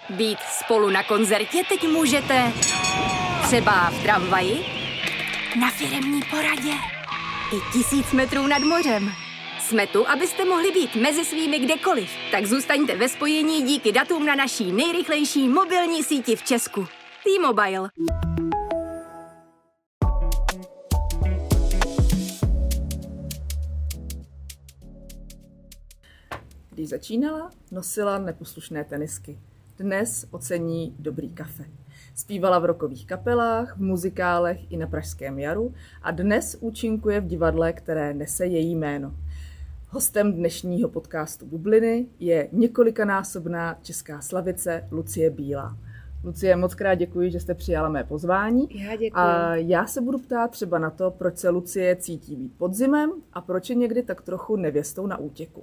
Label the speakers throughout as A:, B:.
A: Být spolu na koncertě teď můžete třeba v tramvaji, na firemní poradě i 1000 metrů nad mořem. Jsme tu, abyste mohli být mezi svými kdekoliv. Tak zůstaňte ve spojení díky datům na naší nejrychlejší mobilní síti v Česku. T-Mobile.
B: Když začínala, nosila neposlušné tenisky. Dnes ocení dobrý kafe. Zpívala v rockových kapelách, v muzikálech i na Pražském jaru a dnes účinkuje v divadle, které nese její jméno. Hostem dnešního podcastu Bubliny je několikanásobná česká slavice Lucie Bílá. Lucie, moc krát děkuji, že jste přijala mé pozvání.
C: Já děkuji.
B: A já se budu ptát třeba na to, proč se Lucie cítí být podzimem a proč je někdy tak trochu nevěstou na útěku.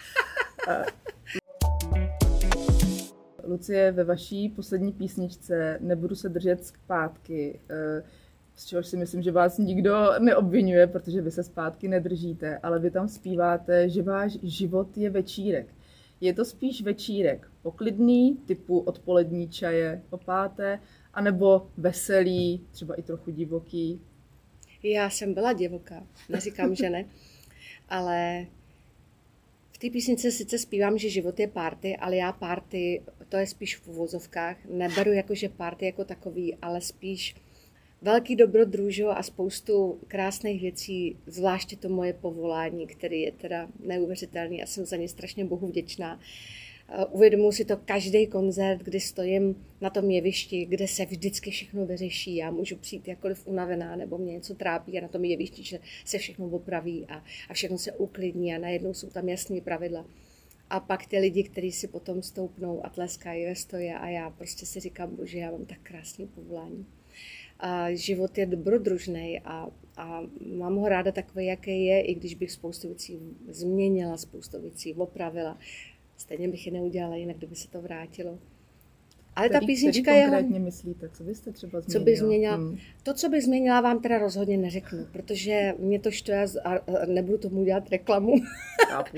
B: Lucie, ve vaší poslední písničce Nebudu se držet zpátky, z čehož si myslím, že vás nikdo neobvinuje, protože vy se zpátky nedržíte, ale vy tam zpíváte, že váš život je večírek. Je to spíš večírek poklidný, typu odpolední čaje o 5, anebo veselý, třeba i trochu divoký?
C: Já jsem byla divoká, neříkám, že ne, ale v té písnice sice zpívám, že život je party, ale já party, to je spíš v uvozovkách, neberu jako, že party jako takový, ale spíš velký dobrodružo a spoustu krásných věcí, zvláště to moje povolání, který je teda neuvěřitelný a jsem za ně strašně Bohu vděčná. Uvědomuji si to každý koncert, kdy stojím na tom jevišti, kde se vždycky všechno vyřeší. Já můžu přijít jakkoliv unavená, nebo mě něco trápí a na tom jevišti, že se všechno opraví a všechno se uklidní a najednou jsou tam jasné pravidla. A pak ty lidi, kteří si potom stoupnou a tleskají ve stoje a já prostě si říkám, bože, já mám tak krásný povolání. A život je dobrodružný a mám ho ráda takový, jaký je, i když bych spoustu věcí změnila, spoustu věcí opravila. Stejně bych je neudělala, jinak kdyby se to vrátilo. Ale ta písnička je...
B: Co konkrétně myslíte? Co byste třeba změnila?
C: Co bych změnila? To, co bych změnila, vám teda rozhodně neřeknu, protože mě to štve a nebudu tomu dělat reklamu.
B: Chápu.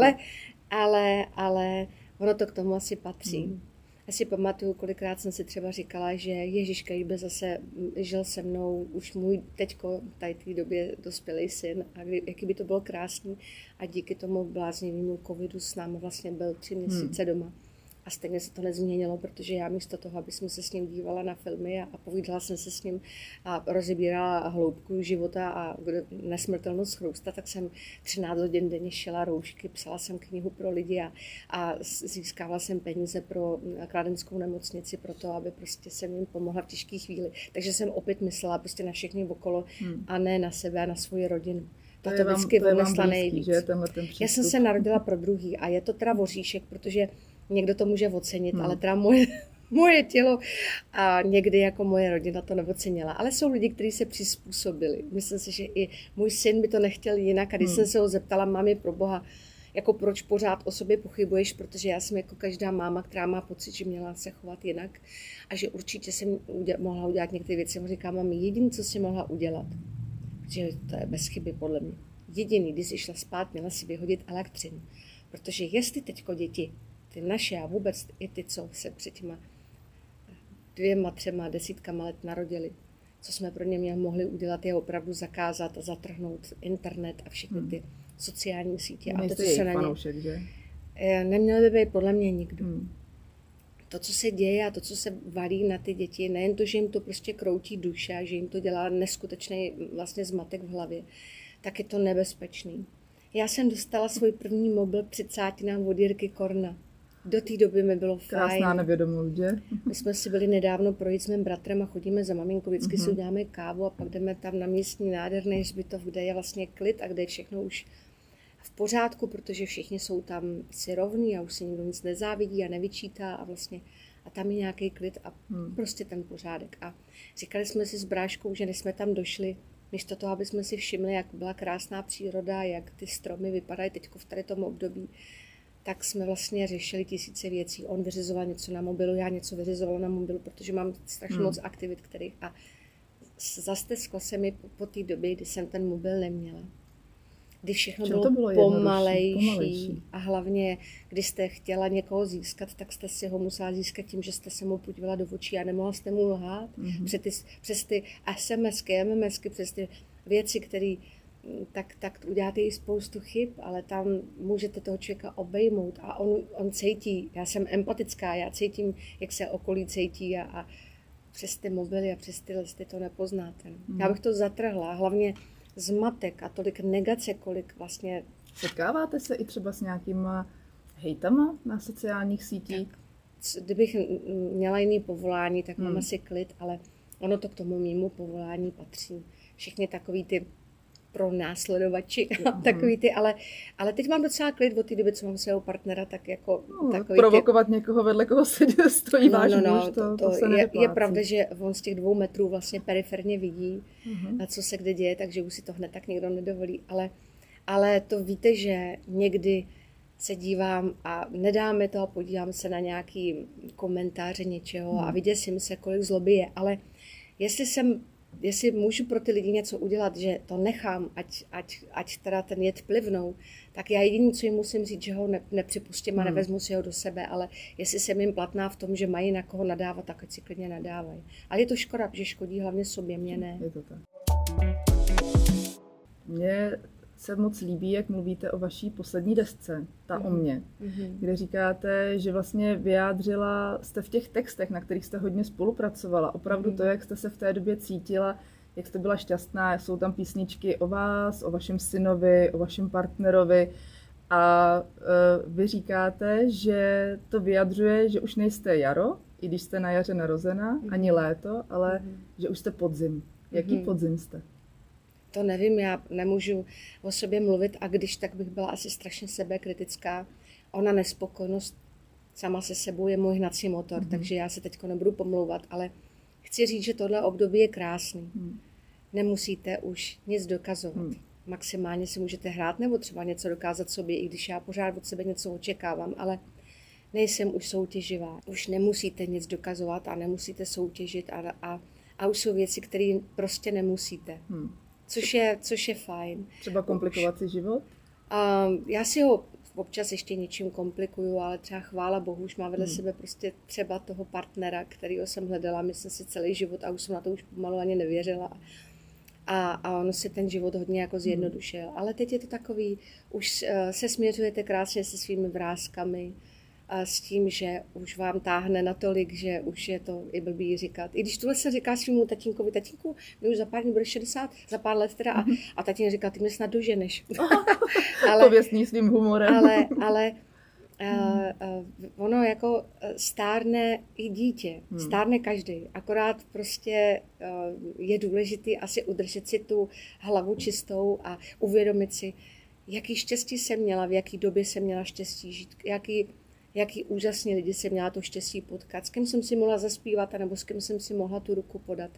C: ale ono to k tomu asi patří. Já si pamatuju, kolikrát jsem si třeba říkala, že Ježíška by zase žil se mnou už můj teďko v té době dospělý syn a jaký by to bylo krásný a díky tomu bláznivému covidu s námi vlastně byl 3 měsíce doma. A stejně se to nezměnilo, protože já místo toho, aby jsem se s ním dívala na filmy a povídala jsem se s ním a rozebírala hloubku života a nesmrtelnost chrůsta, tak jsem 13 hodin denně šila roušky, psala jsem knihu pro lidi a získávala jsem peníze pro kladenskou nemocnici pro to, aby prostě jsem jim pomohla v těžké chvíli. Takže jsem opět myslela prostě na všechny okolo a ne na sebe a na svoji rodinu. To vždycky odnesla nejvíc. Já jsem se narodila pro druhý a je to teda voříšek, protože někdo to může ocenit, ale teda moje tělo a někdy jako moje rodina to neocenila. Ale jsou lidi, kteří se přizpůsobili. Myslím si, že i můj syn by to nechtěl jinak. A když jsem se ho zeptala, mami, pro Boha, jako proč pořád o sobě pochybuješ, protože já jsem jako každá máma, která má pocit, že měla se chovat jinak a že určitě jsem mohla udělat některé věci. On říká, mami, jediné, co jsi mohla udělat, že to je bez chyby podle mě. Jediný, když jsi šla spát, měla si vyhodit elektřinu. Protože jestli teďko děti, ty naše a vůbec i ty, co se před těma 2, 3 desítkama let narodili, co jsme pro ně mohli udělat, je opravdu zakázat a zatrhnout internet a všechny ty sociální sítě. A to, co se na
B: fanoušek, že?
C: Neměl by být podle mě nikdo. To, co se děje a to, co se valí na ty děti, nejen to, že jim to prostě kroutí duše a že jim to dělá neskutečný vlastně zmatek v hlavě, tak je to nebezpečný. Já jsem dostala svůj první mobil 30. od Jirky Korna. Do té doby mi bylo fajn.
B: Krásná nevědomost, že?
C: My jsme si byli nedávno projít s mým bratrem a chodíme za maminkou, vždycky si uděláme kávu a pak jdeme tam na místní nádherný hřbitov, kde je vlastně klid a kde je všechno už v pořádku, protože všichni jsou tam si rovní a už si nikdo nic nezávidí a nevyčítá a vlastně a tam je nějaký klid a prostě ten pořádek. A říkali jsme si s bráškou, že než jsme tam došli, místo toho, aby jsme si všimli, jak byla krásná příroda, jak ty stromy vypadají teď v tady tom období, tak jsme vlastně řešili 1000 věcí. On vyřizoval něco na mobilu, já něco vyřizovala na mobilu, protože mám strašně moc aktivit, kterých a zastesklo se mi po té době, kdy jsem ten mobil neměla. kdy všechno
B: to
C: bylo pomalejší a hlavně, když jste chtěla někoho získat, tak jste si ho musela získat tím, že jste se mu podívala do očí a nemohla jste mu lhát. Přes ty SMSky, MMSky, přes ty věci, které tak uděláte i spoustu chyb, ale tam můžete toho člověka obejmout a on cítí, já jsem empatická, já cítím, jak se okolí cítí a přes ty mobily a přes ty listy to nepoznáte. Já bych to zatrhla, hlavně zmatek a tolik negace, kolik vlastně...
B: Setkáváte se i třeba s nějakýma hejtama na sociálních sítích?
C: Kdybych měla jiný povolání, tak mám asi klid, ale ono to k tomu mému povolání patří. Všichni takový ty pro následovači a takový ty, ale teď mám docela klid od té doby, co mám svého partnera, tak jako takový
B: provokovat někoho, vedle koho se stojí váš muž, to se nevyplácí.
C: Je pravda, že on z těch 2 metrů vlastně periferně vidí, co se kde děje, takže už si to hned tak nikdo nedovolí, ale to víte, že někdy se dívám a nedáme to a podívám se na nějaký komentáře něčeho a vyděsím se, kolik zloby je, ale jestli můžu pro ty lidi něco udělat, že to nechám, ať teda ten jed plivnou, tak já jediný, co jim musím říct, že ho nepřipustím a nevezmu si ho do sebe, ale jestli jsem jim platná v tom, že mají na koho nadávat, tak ať si klidně nadávají. Ale je to škoda, že škodí hlavně sobě, mě ne.
B: Je to tak. Mně se moc líbí, jak mluvíte o vaší poslední desce, ta o mně, kde říkáte, že vlastně vyjádřila jste v těch textech, na kterých jste hodně spolupracovala, opravdu to, jak jste se v té době cítila, jak jste byla šťastná, jsou tam písničky o vás, o vašem synovi, o vašem partnerovi a vy říkáte, že to vyjadřuje, že už nejste jaro, i když jste na jaře narozená, ani léto, ale že už jste podzim. Jaký podzim jste?
C: To nevím, já nemůžu o sobě mluvit a když tak bych byla asi strašně sebekritická. Ona nespokojenost sama se sebou je můj hnací motor, takže já se teďko nebudu pomlouvat, ale chci říct, že tohle období je krásný. Nemusíte už nic dokazovat. Maximálně si můžete hrát nebo třeba něco dokázat sobě, i když já pořád od sebe něco očekávám, ale nejsem už soutěživá. Už nemusíte nic dokazovat a nemusíte soutěžit a už jsou věci, které prostě nemusíte. Což je fajn.
B: Třeba komplikovat si život?
C: Já si ho občas ještě něčím komplikuju, ale třeba chvála Bohu, už má vedle sebe prostě třeba toho partnera, kterýho jsem hledala, myslím si celý život a už jsem na to už pomalu ani nevěřila. A ono si ten život hodně jako zjednodušil. Ale teď je to takový, už se směřujete krásně se svými vráskami, a s tím, že už vám táhne natolik, že už je to i blbý říkat. I když tohle se říká svýmu tatínkovi, tatínku, my už za pár dní bude 60, za pár let teda, a tatín říká, ty mě snad doženeš.
B: Pověstný svým humorem.
C: ale ono jako stárne i dítě, stárne každý, akorát prostě je důležitý asi udržet si tu hlavu čistou a uvědomit si, jaký štěstí jsem měla, v jaký době jsem měla štěstí žít, jaký úžasný lidi jsem měla to štěstí potkat, s kým jsem si mohla zaspívat, nebo s kým jsem si mohla tu ruku podat.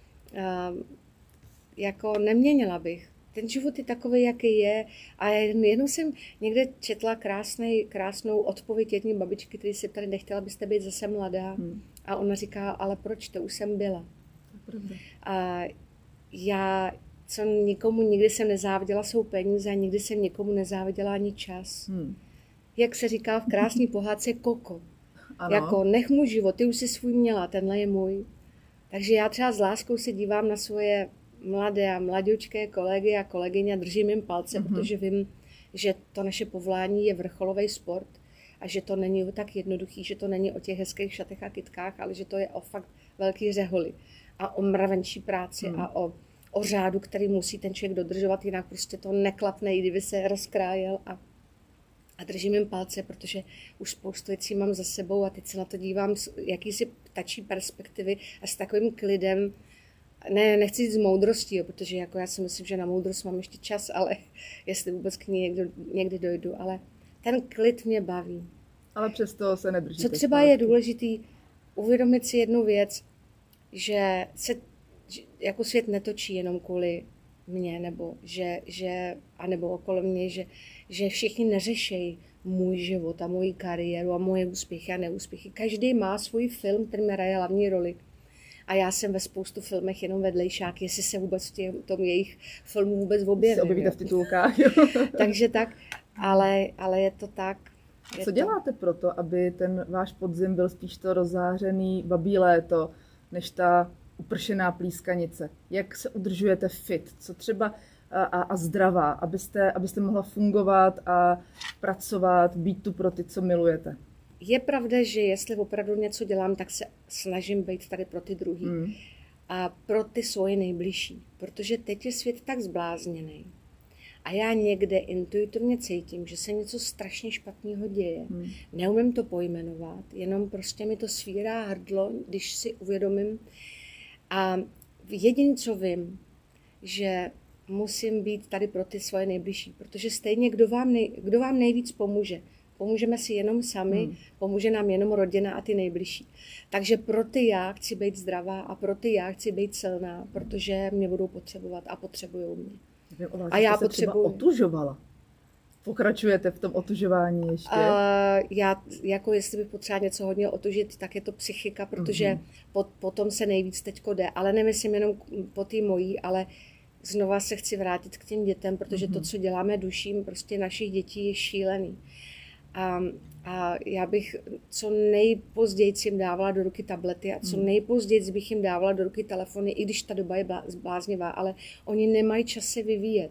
C: Jako neměnila bych. Ten život je takový, jaký je. A jenom jsem někde četla krásnou odpověď jedné babičky, který se tady nechtěla, abyste být zase mladá. A ona říká, ale proč, to už jsem byla. A já, co nikomu nikdy jsem nezáviděla, jsou peníze a nikdy jsem nikomu nezáviděla ani čas. Jak se říká v krásné pohádce Koko.
B: Ano.
C: Jako nech můj život, ty už jsi svůj měla, tenhle je můj. Takže já třeba s láskou se dívám na svoje mladé a mladěčké kolegy a kolegyně a držím jim palce, protože vím, že to naše povolání je vrcholový sport a že to není tak jednoduchý, že to není o těch hezkých šatech a kytkách, ale že to je o fakt velký řeholi a o mravenčí práci a o řádu, který musí ten člověk dodržovat, jinak prostě to neklapne, i kdyby se rozkrájel a držím jim palce, protože už spoustu věcí mám za sebou a teď se na to dívám z jakýsi ptačí perspektivy a s takovým klidem. Nechci říct z moudrostí, jo, protože jako já si myslím, že na moudrost mám ještě čas, ale jestli vůbec k ní někdy dojdu, ale ten klid mě baví.
B: Ale přesto se nedržíte.
C: Co třeba je důležitý, uvědomit si jednu věc, že se jako svět netočí jenom kvůli mě, nebo okolo mě, že všichni neřešejí můj život a moji kariéru a moje úspěchy a neúspěchy. Každý má svůj film, který mi hraje hlavní roli. A já jsem ve spoustu filmech jenom vedlejšák, jestli se vůbec v tom jejich filmu vůbec objevím.
B: Se objevíte v titulkách.
C: Takže tak, ale je to tak.
B: Co děláte pro to, aby ten váš podzim byl spíš to rozzářený babí léto, než ta upršená plískanice? Jak se udržujete fit? Co třeba a zdravá, abyste mohla fungovat a pracovat, být tu pro ty, co milujete?
C: Je pravda, že jestli opravdu něco dělám, tak se snažím být tady pro ty druhý. A pro ty svoje nejbližší. Protože teď je svět tak zblázněný. A já někde intuitivně cítím, že se něco strašně špatného děje. Neumím to pojmenovat, jenom prostě mi to svírá hrdlo, když si uvědomím. A jediné, co vím, že musím být tady pro ty svoje nejbližší, protože stejně kdo vám nejvíc pomůže. Pomůžeme si jenom sami, pomůže nám jenom rodina a ty nejbližší. Takže pro ty já chci být zdravá a pro ty já chci být silná, protože mě budou potřebovat a potřebujou mě.
B: A já potřebuji. Otužovala. Pokračujete v tom otužování ještě?
C: Já, jako jestli bych potřebovala něco hodně otužit, tak je to psychika, protože potom se nejvíc teďko jde. Ale nemyslím jenom po té mojí, ale znova se chci vrátit k těm dětem, protože to, co děláme duším prostě našich dětí, je šílený. A já bych co nejpozději jim dávala do ruky tablety a co nejpozději bych jim dávala do ruky telefony, i když ta doba je bláznivá, ale oni nemají čas se vyvíjet.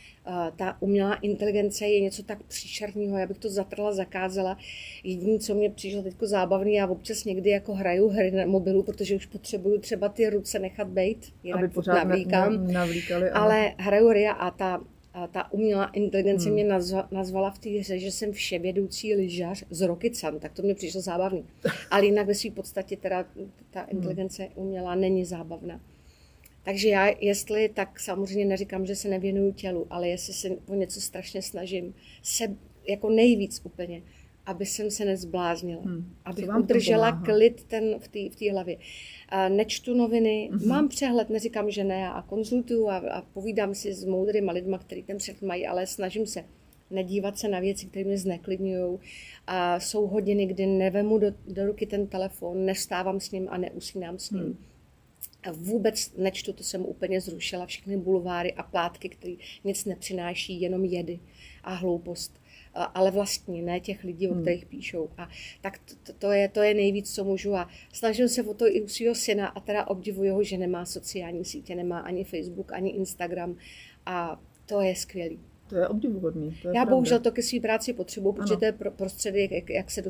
C: Ta umělá inteligence je něco tak příšerného, já bych to zatrla, zakázala. Jediné, co mě přišlo teď zábavný, já občas někdy jako hraju hry na mobilu, protože už potřebuju třeba ty ruce nechat bejt, jinak
B: aby pořád navlíkali.
C: Ale hraju hry a ta umělá inteligence mě nazvala v té hře, že jsem vševědoucí lyžař z Rokycan, tak to mě přišlo zábavný. Ale jinak ve své podstatě teda ta inteligence umělá není zábavná. Takže já, jestli, tak samozřejmě neříkám, že se nevěnuju tělu, ale jestli se o něco strašně snažím, se jako nejvíc úplně, aby jsem se nezbláznila, abych udržela klid v té hlavě. Nečtu noviny, mám přehled, neříkám, že ne, a konzultuju a povídám si s moudrýma lidma, kteří ten přehled mají, ale snažím se nedívat se na věci, které mě zneklidňují. A jsou hodiny, kdy nevemu do ruky ten telefon, nevstávám s ním a neusínám s ním. A vůbec nečtu, to jsem úplně zrušila, všechny bulváry a plátky, které nic nepřináší, jenom jedy a hloupost. Ale vlastně ne těch lidí, o kterých píšou. A tak to je nejvíc, co můžu. A snažím se o to i u svého syna a teda obdivuju ho, že nemá sociální sítě, nemá ani Facebook, ani Instagram. A to je skvělý.
B: To je obdivuhodný.
C: Já bohužel to ke své práci potřebuji, protože to je prostředek,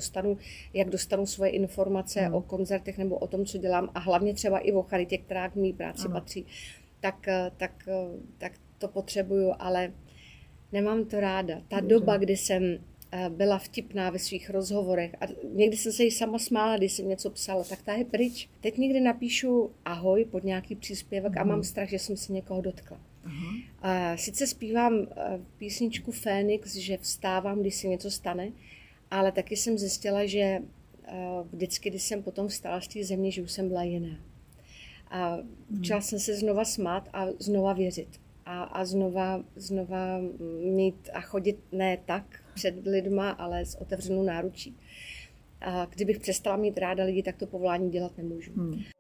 C: jak dostanu svoje informace o koncertech nebo o tom, co dělám a hlavně třeba i o charitě, která k mý práci patří. Tak to potřebuju, ale nemám to ráda. Ta doba, kdy jsem byla vtipná ve svých rozhovorech a někdy jsem se jí sama smála, když jsem něco psala, tak ta je pryč. Teď někdy napíšu ahoj pod nějaký příspěvek a mám strach, že jsem se někoho dotkla. Sice zpívám písničku Fénix, že vstávám, když se něco stane, ale taky jsem zjistila, že vždycky, když jsem potom vstala z té země, že už jsem byla jiná. A učila jsem se znova smát a znova věřit. A znova mít a chodit ne tak před lidma, ale s otevřenou náručí. A kdybych přestala mít ráda lidi, tak to povolání dělat nemůžu.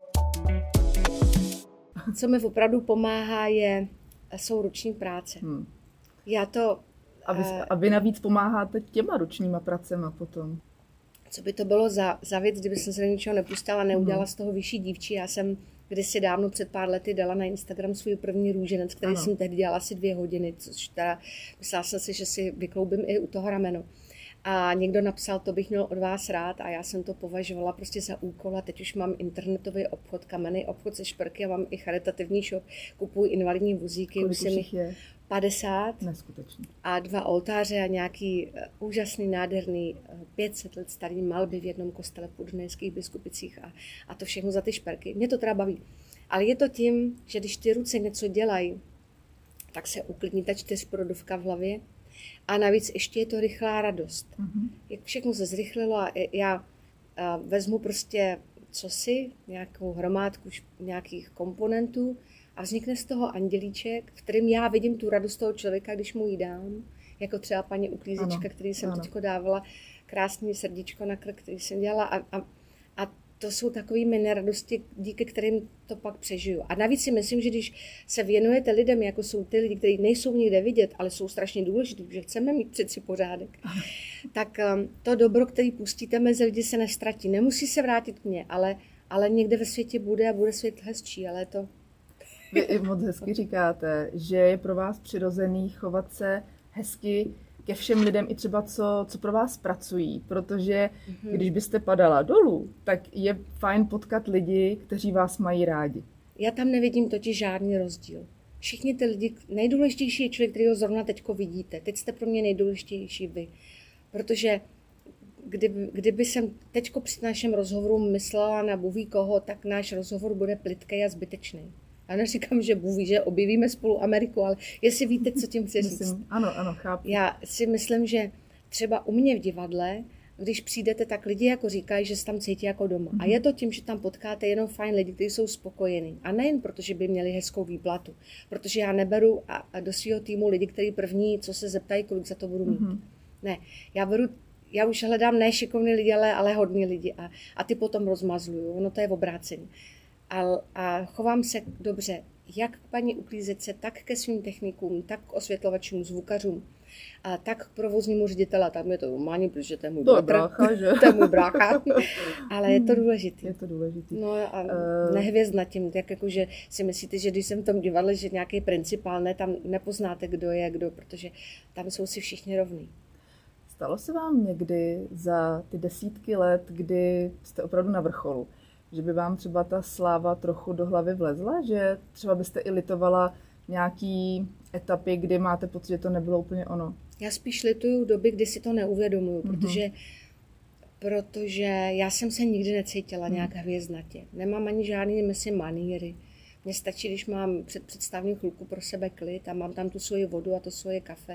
C: Co mi opravdu pomáhá, jsou ruční práce. Já to...
B: A vy navíc pomáháte těma ručníma pracema potom.
C: Co by to bylo za věc, kdyby jsem se do ničeho nepustila, neudělala z toho vyšší dívčí. Já jsem kdysi dávno před pár lety dala na Instagram svůj první růženec, který jsem tehdy dělala asi 2 hodiny, což teda myslela jsem si, že si vykloubím i u toho rameno. A někdo napsal, to bych měl od vás rád a já jsem to považovala prostě za úkol a teď už mám internetový obchod, kamenný obchod se šperky a mám i charitativní shop, kupuji invalidní vozíky, už je 50
B: Neskutečný.
C: A 2 oltáře a nějaký úžasný, nádherný 500 let starý malby v jednom kostele v Podunajských Biskupicích a to všechno za ty šperky. Mě to teda baví. Ale je to tím, že když ty ruce něco dělají, tak se uklidní ta 4bodovka v hlavě a navíc ještě je to rychlá radost. Jak všechno se zrychlilo a já vezmu prostě nějakou hromádku nějakých komponentů a vznikne z toho andělíček, v kterém já vidím tu radost toho člověka, když mu ji dám. Jako třeba paní uklízečka, který jsem teďko dávala krásný srdíčko na krk, který jsem dělala. A to jsou takové mini radosti, díky kterým to pak přežiju. A navíc si myslím, že když se věnujete lidem, jako jsou ty lidi, kteří nejsou nikde vidět, ale jsou strašně důležití, protože chceme mít přeci pořádek, tak to dobro, který pustíte mezi lidi, se nestratí. Nemusí se vrátit k mně, ale někde ve světě bude a bude svět hezčí, ale to...
B: Vy i moc hezky říkáte, že je pro vás přirozený chovat se hezky ke všem lidem, i třeba co pro vás pracují, protože když byste padala dolů, tak je fajn potkat lidi, kteří vás mají rádi.
C: Já tam nevidím totiž žádný rozdíl. Všichni ty lidi, nejdůležitější je člověk, kterýho zrovna teďko vidíte. Teď jste pro mě nejdůležitější vy. Protože kdyby jsem teďko při našem rozhovoru myslela na Bůh ví koho, tak náš rozhovor bude plytký a zbytečný. Já neříkám, že Bůh ví, že objevíme spolu Ameriku, ale jestli víte, co tím chci říct.
B: Ano, chápu.
C: Já si myslím, že třeba u mě v divadle, když přijdete, tak lidi jako říkají, že se tam cítí jako doma. A je to tím, že tam potkáte jenom fajn lidi, kteří jsou spokojení. A nejen proto, že by měli hezkou výplatu. Protože já neberu a do svého týmu lidi, kteří první, co se zeptají, kolik za to budu mít. Ne, já už hledám ne šikovný lidi, ale hodný lidi. A ty potom rozmazluju. Ono to je v obrácení. A chovám se dobře jak k paní uklízečce, tak ke svým technikům, tak k osvětlovačům, zvukařům, a tak k provoznímu ředitele. Tam je to normální, protože to je můj
B: brácha, že?
C: To je můj brácha. Ale je to důležitý.
B: Je to důležitý.
C: No a nehvězd nad tím, tak jakože si myslíte, že když jsem v tom divadle, že nějaký principál, ne, tam nepoznáte, kdo je kdo, protože tam jsou si všichni rovní.
B: Stalo se vám někdy za ty desítky let, kdy jste opravdu na vrcholu, že by vám třeba ta sláva trochu do hlavy vlezla, že třeba byste i litovala nějaký etapy, kdy máte pocit, že to nebylo úplně ono?
C: Já spíš lituju doby, kdy si to neuvědomuju, protože já jsem se nikdy necítila nějak hvězdnatě. Nemám ani žádný maníry. Mně stačí, když mám před představní chvilku pro sebe klid a mám tam tu svoji vodu a to svoje kafe.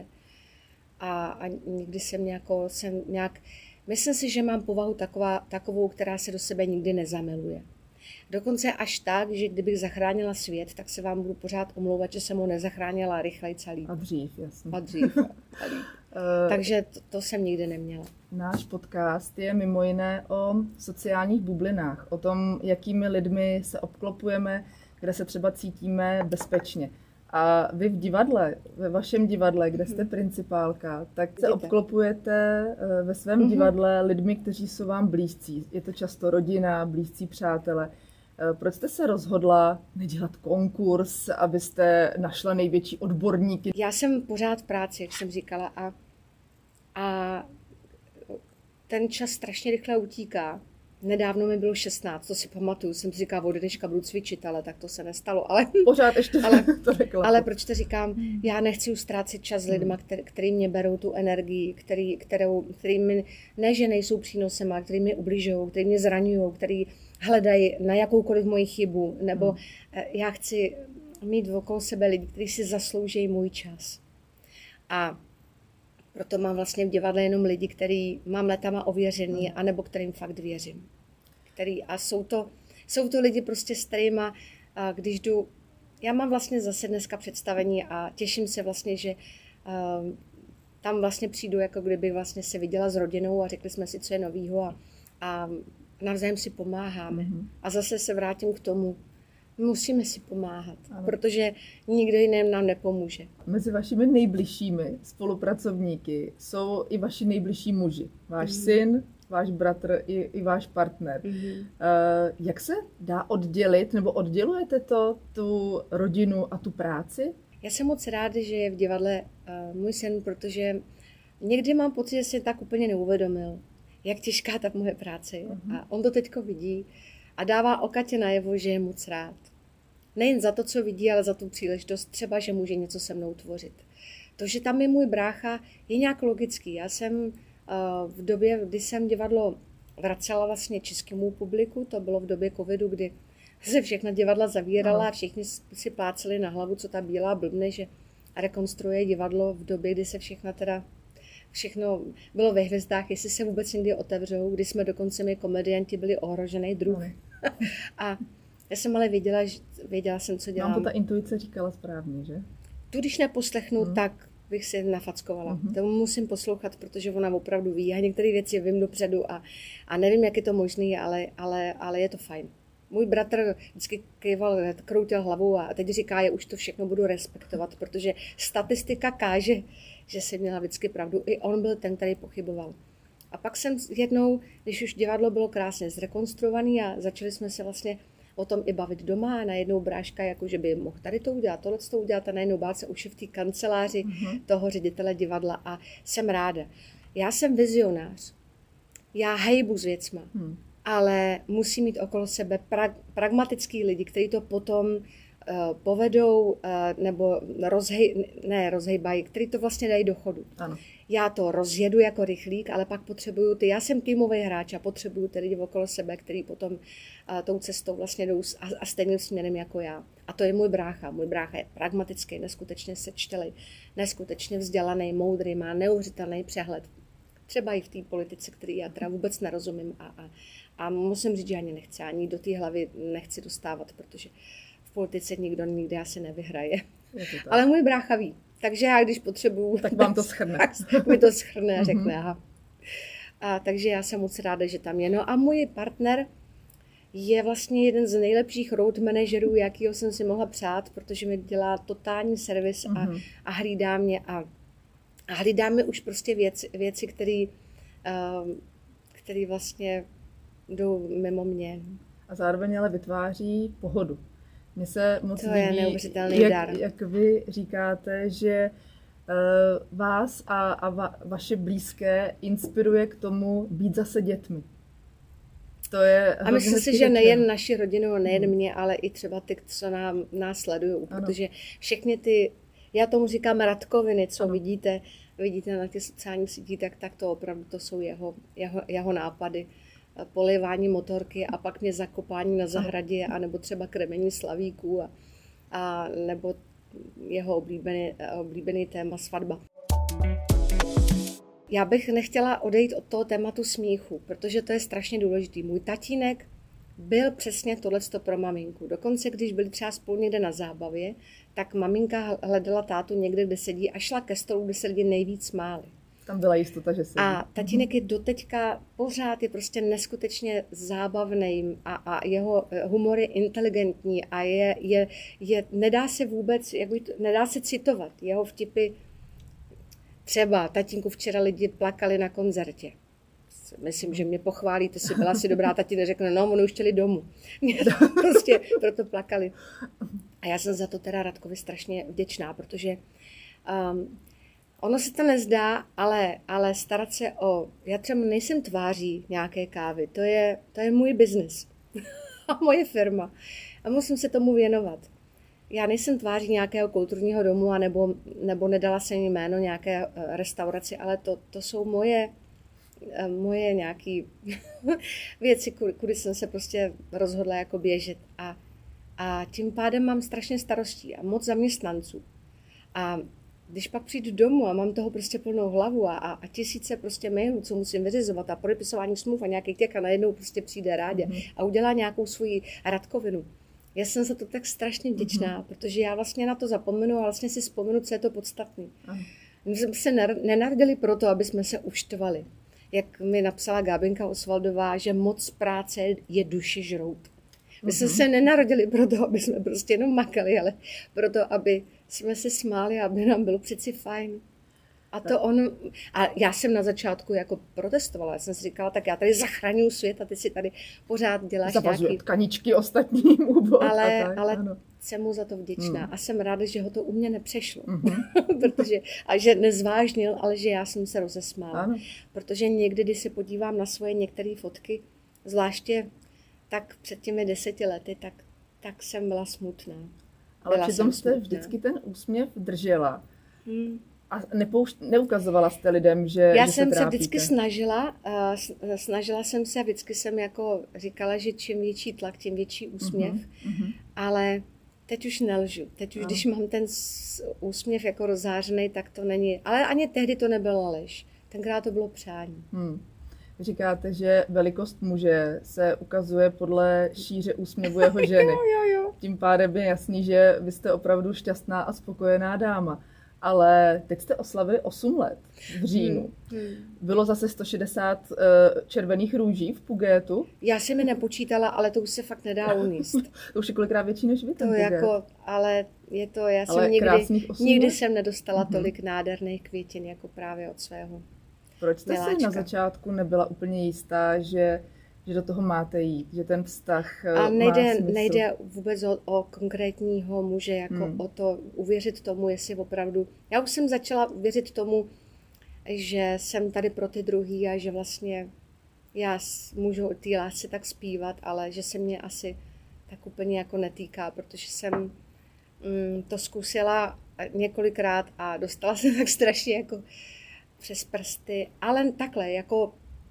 C: A nikdy jsem nějak myslím si, že mám povahu takovou, která se do sebe nikdy nezamiluje. Dokonce až tak, že kdybych zachránila svět, tak se vám budu pořád omlouvat, že jsem ho nezachránila rychlejc a líp.
B: A dřív, jasně.
C: A dřív. Takže to jsem nikdy neměla.
B: Náš podcast je mimo jiné o sociálních bublinách, o tom, jakými lidmi se obklopujeme, kde se třeba cítíme bezpečně. A vy v divadle, ve vašem divadle, kde jste principálka, tak se obklopujete ve svém divadle lidmi, kteří jsou vám blízcí. Je to často rodina, blízcí přátelé. Proč jste se rozhodla nedělat konkurs, abyste našla největší odborníky?
C: Já jsem pořád v práci, jak jsem říkala, a ten čas strašně rychle utíká. Nedávno mi bylo 16, to si pamatuju, jsem si říkala, od dneška budu cvičit, ale tak to se nestalo. Ale
B: pořád ještě to řekla.
C: Ale proč to říkám? Já nechci už ztrácet čas s lidma, který mě berou tu energii, který mi ne, že nejsou přínosem, ale který mě ubližují, který mě zraňují, který hledají na jakoukoliv moji chybu. Nebo já chci mít okolo sebe lidi, kteří si zaslouží můj čas. A proto mám vlastně v divadle jenom lidi, který mám letama ověřený, anebo kterým fakt věřím. A jsou to lidi prostě s kterýma, když jdu, já mám vlastně zase dneska představení a těším se vlastně, že tam vlastně přijdu, jako kdyby vlastně se viděla s rodinou a řekli jsme si, co je novýho a navzájem si pomáháme. A zase se vrátím k tomu, musíme si pomáhat, protože nikdo jiný nám nepomůže.
B: Mezi vašimi nejbližšími spolupracovníky jsou i vaši nejbližší muži. Váš syn, váš bratr i váš partner. Jak se dá oddělit, nebo oddělujete tu rodinu a tu práci?
C: Já jsem moc ráda, že je v divadle můj syn, protože někdy mám pocit, že si tak úplně neuvědomil, jak těžká ta moje práce je. A on to teďko vidí a dává okatě najevo, že je moc rád. Nejen za to, co vidí, ale za tu příležitost třeba, že může něco se mnou tvořit. To, že tam je můj brácha, je nějak logický. Já jsem v době, kdy jsem divadlo vracela vlastně českému publiku, to bylo v době covidu, kdy se všechna divadla zavírala a všichni si pláceli na hlavu, co ta bílá blbne, že rekonstruuje divadlo v době, kdy se všechno bylo ve hvězdách, jestli se vůbec někdy otevřou, kdy jsme dokonce my komedianti byli ohrožený druh. A já jsem ale věděla jsem, co dělám.
B: Nám to ta intuice říkala správně, že?
C: Tu, když neposlechnu, tak bych si nafackovala. To musím poslouchat, protože ona opravdu ví. Já některé věci vím dopředu a nevím, jak je to možné, ale je to fajn. Můj bratr vždycky kroutil hlavou a teď říká, že už to všechno budu respektovat, protože statistika káže, že jsem měla vždycky pravdu. I on byl ten, který pochyboval. A pak jsem jednou, když už divadlo bylo krásně zrekonstruované a začali jsme se vlastně o tom i bavit doma a najednou bráška, jako že by mohl tady to udělat, tohle to udělat a najednou bál se už v té kanceláři toho ředitele divadla a jsem ráda. Já jsem vizionář. Já hejbu s věcma, ale musí mít okolo sebe pragmatický lidi, kteří to potom povedou nebo rozhejbají, kteří to vlastně dají do chodu.
B: Ano.
C: Já to rozjedu jako rychlík, ale pak potřebuju já jsem týmový hráč a potřebuju ty lidi okolo sebe, který potom tou cestou vlastně jdou a stejným směrem jako já. A to je můj brácha. Můj brácha je pragmatický, neskutečně sečtělej, neskutečně vzdělaný, moudrý, má neuvěřitelný přehled. Třeba i v té politice, který já teda vůbec nerozumím a musím říct, že ani do té hlavy nechci dostávat, protože v politice nikdo nikdy asi nevyhraje. Ale můj brácha ví. Takže já, když potřebuju,
B: tak vám to shrne.
C: Tak mi to shrne a řekne, aha. Takže já jsem moc ráda, že tam je. No a můj partner je vlastně jeden z nejlepších road manažerů, jakýho jsem si mohla přát, protože mi dělá totální servis a hlídá mě a hlídá mi už prostě věci, které vlastně jdou mimo mě.
B: A zároveň ale vytváří pohodu. Mně se moc líbí, jak vy říkáte, že vás a vaše blízké inspiruje k tomu být zase dětmi. To je
C: a myslím si, že nejen naši rodinu, nejen mě, ale i třeba ty, co nás sledují, protože všechny ty, já tomu říkám radkoviny, co vidíte na těch sociálních sítích, tak to opravdu to jsou jeho nápady. Polivání motorky a pak mě zakopání na zahradě, anebo třeba krmení slavíků a nebo jeho oblíbený téma svatba. Já bych nechtěla odejít od toho tématu smíchu, protože to je strašně důležitý. Můj tatínek byl přesně tohleto pro maminku. Dokonce, když byli třeba spolu někde na zábavě, tak maminka hledala tátu někde, kde sedí a šla ke stolu, kde se lidi nejvíc smáli.
B: Tam byla jistota, že sedí. A
C: tatínek je doteďka pořád je prostě neskutečně zábavný a jeho humor je inteligentní a nedá se vůbec, nedá se citovat. Jeho vtipy, třeba tatínku včera lidi plakali na koncertě. Myslím, že mě pochválíte, si byla si dobrá, tatínek řekne, no, oni už chtěli domů. Prostě proto plakali. A já jsem za to teda Radkovi strašně vděčná, protože ono se to nezdá, ale starat se já třeba nejsem tváří nějaké kávy, to je můj biznis a moje firma a musím se tomu věnovat. Já nejsem tváří nějakého kulturního domu nebo nedala jsem jméno nějaké restauraci, ale to jsou moje nějaké věci, kudy jsem se prostě rozhodla jako běžet a tím pádem mám strašně starostí a moc zaměstnanců. A když pak přijdu domů a mám toho prostě plnou hlavu a tisíce prostě mailů, co musím vyřizovat a podepisování smluv a nějakých těch a najednou prostě přijde Rádě a udělá nějakou svoji radkovinu. Já jsem za to tak strašně vděčná, protože já vlastně na to zapomenu a vlastně si vzpomenu, co je to podstatné. My jsme se nenarodili proto, aby jsme se uštvali. Jak mi napsala Gábinka Osvaldová, že moc práce je duši žrout. My jsme se nenarodili proto, aby jsme prostě jenom makali, ale proto, aby jsme se smáli, aby nám bylo přeci fajn. A já jsem na začátku jako protestovala. Já jsem si říkala, tak já tady zachraňuju svět a ty si tady pořád děláš
B: nějaký tkaničky ostatním úbor.
C: Ale jsem mu za to vděčná a jsem ráda, že ho to u mě nepřešlo. A že nezvážnil, ale že já jsem se rozesmála. Protože někdy, když se podívám na svoje některé fotky, zvláště tak před těmi 10 lety, tak jsem byla smutná.
B: Ale přitom jste vždycky ten úsměv držela. A neukazovala jste lidem, že
C: já
B: se
C: jsem
B: trápíte.
C: Se vždycky snažila jsem se, vždycky jsem jako říkala, že čím větší tlak, tím větší úsměv. Ale teď už nelžu. Teď už, když mám ten úsměv jako rozzářený, tak to není. Ale ani tehdy to nebyla lež. Tenkrát to bylo přání.
B: Říkáte, že velikost muže se ukazuje podle šíře úsměvu jeho ženy.
C: Jo.
B: Tím pádem je jasný, že vy jste opravdu šťastná a spokojená dáma. Ale teď jste oslavili 8 let v říjnu. Bylo zase 160 červených růží v Pugetu.
C: Já jsem mi nepočítala, ale to už se fakt nedá uníst.
B: To už je kolikrát větší než vy, ten
C: to
B: Puget.
C: jako, ale je to, já
B: ale
C: jsem nikdy jsem nedostala tolik nádherných květin, jako právě od svého
B: Proč jste
C: miláčka.
B: si na začátku nebyla úplně jistá, že do toho máte jít, že ten vztah
C: a
B: má smysl?
C: nejde vůbec o konkrétního muže, jako o to uvěřit tomu, jestli opravdu... Já už jsem začala věřit tomu, že jsem tady pro ty druhý a že vlastně já můžu té lásce tak zpívat, ale že se mě asi tak úplně jako netýká, protože jsem to zkusila několikrát a dostala se tak strašně jako přes prsty, ale takhle, jako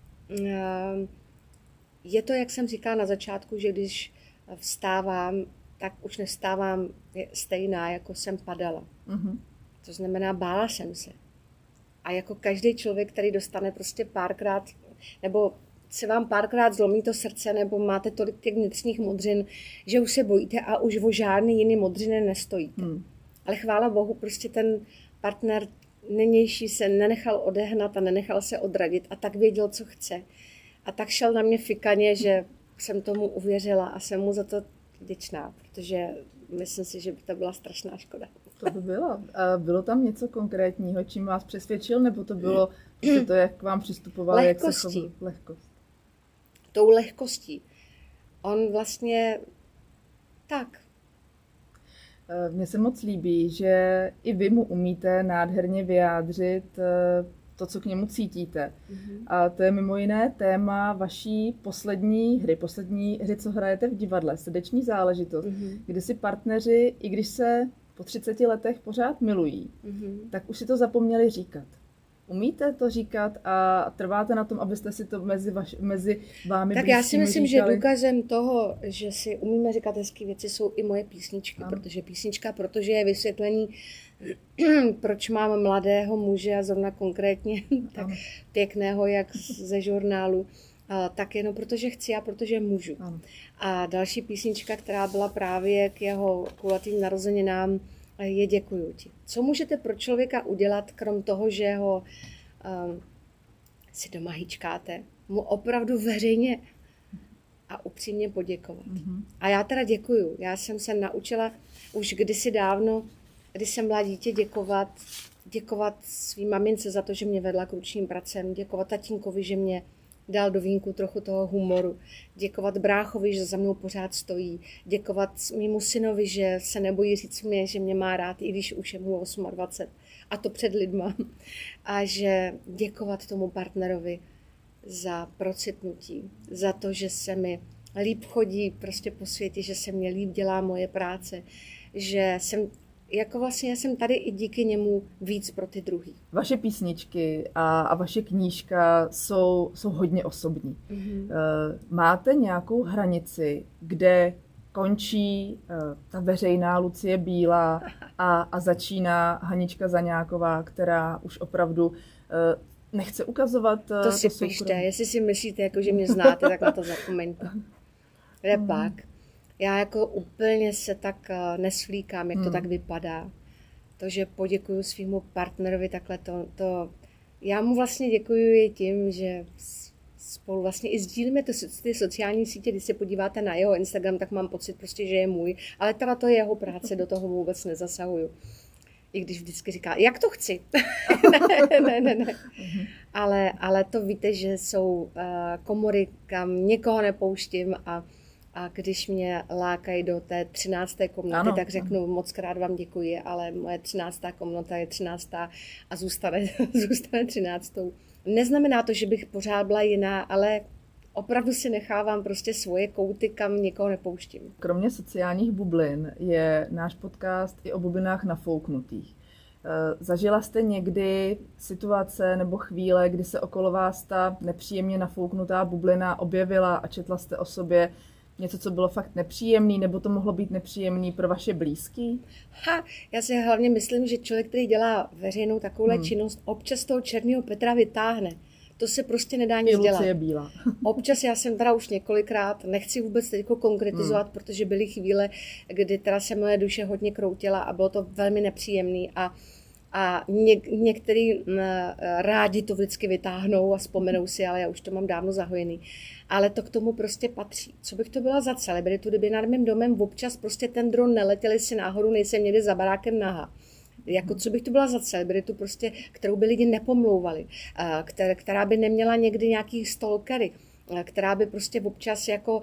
C: je to, jak jsem říkala na začátku, že když vstávám, tak už nevstávám stejná, jako jsem padala. To znamená, bála jsem se. A jako každý člověk, který dostane prostě párkrát, nebo se vám párkrát zlomí to srdce, nebo máte tolik těch vnitřních modřin, že už se bojíte a už o žádný jiný modřiny nestojíte. Ale chvála Bohu, prostě ten partner nynější se nenechal odehnat a nenechal se odradit a tak věděl, co chce. A tak šel na mě fikaně, že jsem tomu uvěřila a jsem mu za to vděčná, protože myslím si, že by to byla strašná škoda.
B: To by byla. A bylo tam něco konkrétního, čím vás přesvědčil, nebo to bylo to, jak k vám přistupoval, jak se choval? Lehkost.
C: Tou lehkostí. On vlastně tak.
B: Mně se moc líbí, že i vy mu umíte nádherně vyjádřit to, co k němu cítíte. A to je mimo jiné téma vaší poslední hry, co hrajete v divadle, Srdeční záležitost, kdy si partneři, i když se po 30 letech pořád milují, tak už si to zapomněli říkat. Umíte to říkat a trváte na tom, abyste si to mezi vámi
C: tak já si myslím, říkali? Že důkazem toho, že si umíme říkat hezké věci, jsou i moje písničky, protože je vysvětlení, proč mám mladého muže a zrovna konkrétně tak pěkného, jak ze žurnálu, tak jenom protože chci a protože můžu. A další písnička, která byla právě k jeho kulatým narozeninám, je Děkuju ti. Co můžete pro člověka udělat, krom toho, že ho si doma hýčkáte, mu opravdu veřejně a upřímně poděkovat. A já teda děkuju. Já jsem se naučila už kdysi dávno, když jsem byla dítě, děkovat svým mamince za to, že mě vedla k ručním pracem, děkovat tatínkovi, že mě dal do vínku trochu toho humoru, děkovat bráchovi, že za mnou pořád stojí, děkovat mému synovi, že se nebojí říct mě, že mě má rád, i když už je mu 28, a to před lidma. A že děkovat tomu partnerovi za procitnutí, za to, že se mi líp chodí prostě po světě, že se mě líp dělá moje práce, že jsem jako vlastně já jsem tady i díky němu víc pro ty druhý.
B: Vaše písničky a vaše knížka jsou hodně osobní. Máte nějakou hranici, kde končí ta veřejná Lucie Bílá a začíná Hanička Zaňáková, která už opravdu nechce ukazovat
C: to si pište, jestli si myslíte, jako, že mě znáte, tak na to zapomeňte. Kde pak? Já jako úplně se tak nesvlíkám, jak to tak vypadá. To, že poděkuju svýmu partnerovi takhle, to já mu vlastně děkuju i tím, že spolu vlastně i sdílíme ty sociální sítě. Když se podíváte na jeho Instagram, tak mám pocit prostě, že je můj, ale teda to je jeho práce, do toho vůbec nezasahuju. I když vždycky říká, jak to chci. ne. Ale to víte, že jsou komory, kam někoho nepouštím a když mě lákají do té 13. komnaty, tak řeknu moc krát vám děkuji, ale moje 13. komnata je 13. a zůstane 13. Neznamená to, že bych pořád byla jiná, ale opravdu si nechávám prostě svoje kouty, kam někoho nepouštím.
B: Kromě sociálních bublin je náš podcast i o bublinách nafouknutých. Zažila jste někdy situace nebo chvíle, kdy se okolo vás ta nepříjemně nafouknutá bublina objevila a četla jste o sobě něco, co bylo fakt nepříjemný, nebo to mohlo být nepříjemný pro vaše blízký?
C: Já si hlavně myslím, že člověk, který dělá veřejnou takovouhle činnost, občas toho černého Petra vytáhne. To se prostě nedá nic dělat.
B: Lucie Bílá.
C: Občas já jsem teda už několikrát, nechci vůbec teď konkretizovat, protože byly chvíle, kdy teda se moje duše hodně kroutila a bylo to velmi nepříjemný a A některý rádi to vždycky vytáhnou a vzpomenou si, ale já už to mám dávno zahojený. Ale to k tomu prostě patří. Co bych to byla za celebritu, kdyby nad mým domem občas prostě ten dron neletěl si nahoru, nejsem někde za barákem nahá. Jako co bych to byla za celebritu, prostě, kterou by lidi nepomlouvali, která by neměla někdy nějaký stalkery, která by prostě občas jako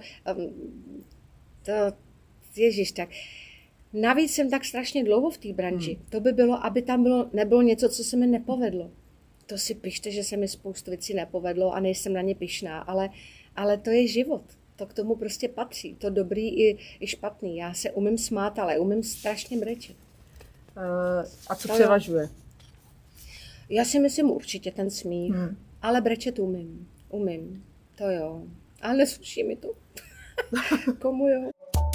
C: ježiš, tak. Navíc jsem tak strašně dlouho v té branži. To by bylo, aby tam nebylo něco, co se mi nepovedlo. To si pište, že se mi spoustu věcí nepovedlo a nejsem na ně pyšná, ale to je život. To k tomu prostě patří. To dobrý i špatný. Já se umím smát, ale umím strašně brečet.
B: A co převažuje?
C: Já si myslím určitě ten smích, ale brečet umím. To jo. Ale nesluší mi to. Komu jo?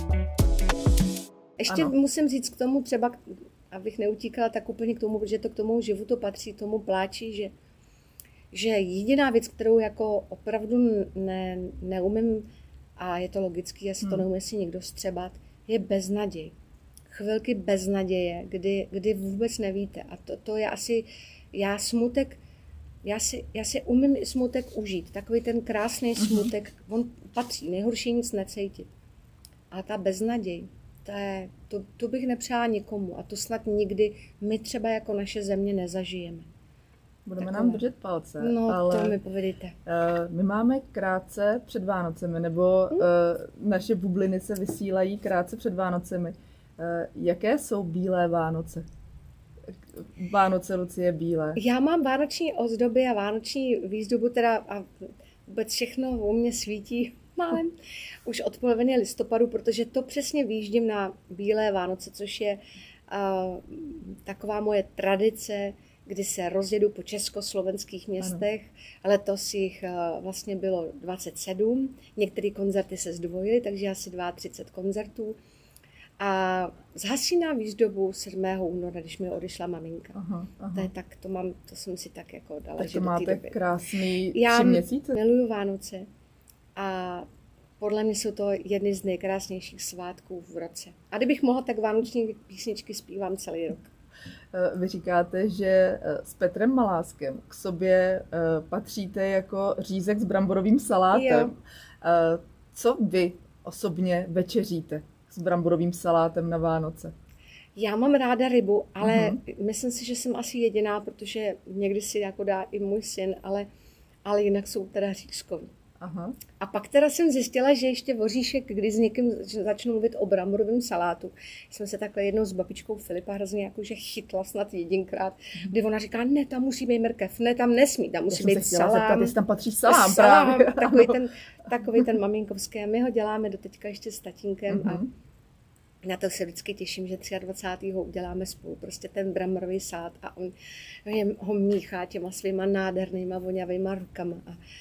C: Ještě musím říct k tomu třeba, abych neutíkala tak úplně k tomu, protože to k tomu životu patří, tomu pláči, že jediná věc, kterou jako opravdu neumím, a je to logický, asi to neumí si nikdo střebat, je beznaděj. Chvilky beznaděje, kdy vůbec nevíte. A to je asi, já si umím smutek užít. Takový ten krásný smutek, on patří, nejhorší nic necítit. A ta beznaděj, to bych nepřála nikomu a to snad nikdy my třeba jako naše země nezažijeme.
B: Budeme nám držet palce,
C: no,
B: ale
C: to mi povědejte.
B: My máme krátce před Vánocemi, nebo naše bubliny se vysílají krátce před Vánocemi. Jaké jsou bílé Vánoce? Vánoce, Lucie, bílé.
C: Já mám vánoční ozdoby a vánoční výzdobu teda a vůbec všechno u mě svítí málem už od poloviny listopadu, protože to přesně výjíždím na bílé Vánoce, což je taková moje tradice, kdy se rozjedu po československých městech. Ano. Letos jich vlastně bylo 27, některé koncerty se zdvojily, takže asi 32 koncertů. A zhasínám výzdobu 7. února, když mi odešla maminka. Aha. To jsem si tak jako dala,
B: tak
C: že
B: to
C: do té
B: máte
C: doby.
B: Krásný 3
C: Já
B: měsíce.
C: miluju Vánoce a podle mě jsou to jedny z nejkrásnějších svátků v roce. A kdybych mohla, tak vánoční písničky zpívám celý rok.
B: Vy říkáte, že s Petrem Maláskem k sobě patříte jako řízek s bramborovým salátem.
C: Jo.
B: Co vy osobně večeříte s bramborovým salátem na Vánoce?
C: Já mám ráda rybu, ale myslím si, že jsem asi jediná, protože někdy si jako dá i můj syn, ale jinak jsou teda řízkoví. Aha. A pak teda jsem zjistila, že ještě voříšek, když s někým začnu mluvit o bramborovém salátu. Jsem se takhle jednou s babičkou Filipa hrozně jakože chytla snad jedinkrát, kdy ona říká, ne, tam musí být mrkev, ne, tam nesmí, tam musí být salám.
B: Zeptat, jestli tam patří salám právě.
C: Takový ten maminkovský. A my ho děláme doteďka ještě s tatínkem a na to se vždycky těším, že 23. uděláme spolu prostě ten bramborový salát a on ho míchá těma svýma nádhernýma voňavýma rukama.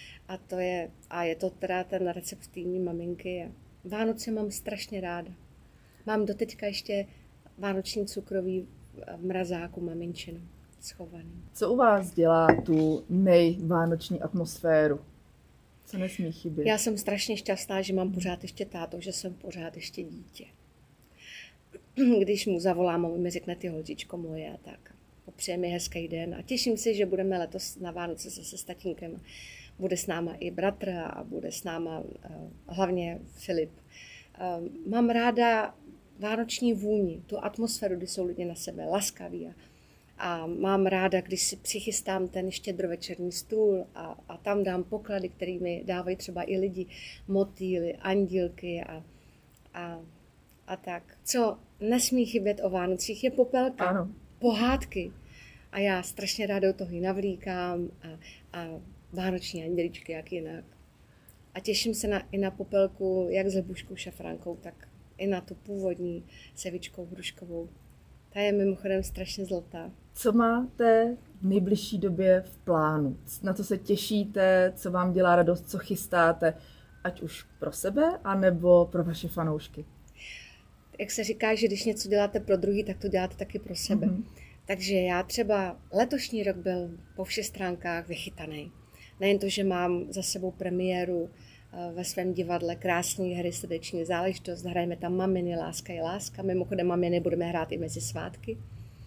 C: A je to teda ten recept té mý maminky. A Vánoce mám strašně ráda. Mám doteďka ještě vánoční cukrový v mrazáku maminčinu schovaný.
B: Co u vás dělá tu nejvánoční atmosféru? Co nesmí chybět?
C: Já jsem strašně šťastná, že mám pořád ještě tátu, že jsem pořád ještě dítě. Když mu zavolám, on mi řekne, ty holčičko moje a tak. Popřeje mi hezký den a těším se, že budeme letos na Vánoce zase s tatínkem. Bude s náma i bratr a bude s náma hlavně Filip. Mám ráda vánoční vůni, tu atmosféru, kdy jsou lidi na sebe laskaví. A mám ráda, když si přichystám ten štědrovečerní stůl a tam dám poklady, které mi dávají třeba i lidi, motýly, andílky a tak. Co nesmí chybět o Vánocích je popelka, ano. Pohádky. A já strašně ráda do toho ji navlíkám a vánoční anděličky, jak jinak. A těším se i na popelku, jak s lebuškou šafránkou, tak i na tu původní s Evičkou hruškovou. Ta je mimochodem strašně zlatá.
B: Co máte v nejbližší době v plánu? Na co se těšíte, co vám dělá radost, co chystáte, ať už pro sebe, anebo pro vaše fanoušky?
C: Jak se říká, že když něco děláte pro druhý, tak to děláte taky pro sebe. Takže já třeba letošní rok byl po všech stránkách vychytaný. Nejen to, že mám za sebou premiéru ve svém divadle krásné hry Srdeční záležitost, hrajeme tam Maminy, Láska je láska, mimochodem Maminy budeme hrát i mezi svátky.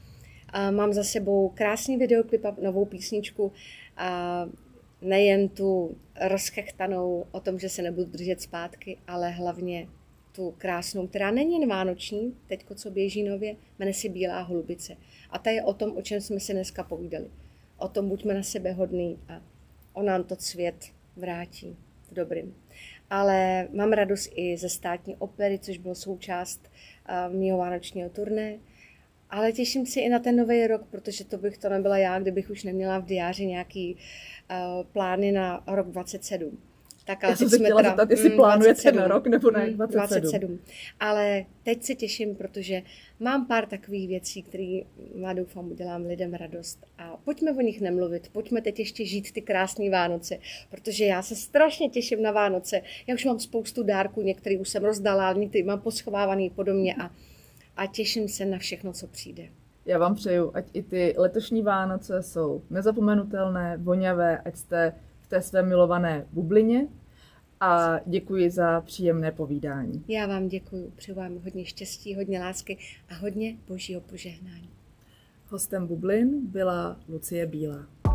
C: A mám za sebou krásný videoklip a novou písničku. A nejen tu rozchechtanou o tom, že se nebudu držet zpátky, ale hlavně tu krásnou, která není jen vánoční, teďko co běží nově, jmenuje se Bílá holubice. A ta je o tom, o čem jsme si dneska povídali. O tom buďme na sebe hodný a on nám to svět vrátí v dobrým. Ale mám radost i ze státní opery, což bylo součást mého vánočního turné. Ale těším se i na ten nový rok, protože to nebyla já, kdybych už neměla v diáři nějaký plány na rok 27. Tak, ale
B: já jsem se chtěla zeptat, jestli plánujete na rok nebo na 27.
C: Ale teď se těším, protože mám pár takových věcí, které já doufám udělám lidem radost. A pojďme o nich nemluvit, pojďme teď ještě žít ty krásné Vánoce, protože já se strašně těším na Vánoce. Já už mám spoustu dárků, některý už jsem rozdala, některý mám poschovávaný podobně a těším se na všechno, co přijde.
B: Já vám přeju, ať i ty letošní Vánoce jsou nezapomenutelné, voňavé, ať jste v té své milované bublině a děkuji za příjemné povídání.
C: Já vám děkuji, přeju vám hodně štěstí, hodně lásky a hodně božího požehnání.
B: Hostem Bublin byla Lucie Bílá.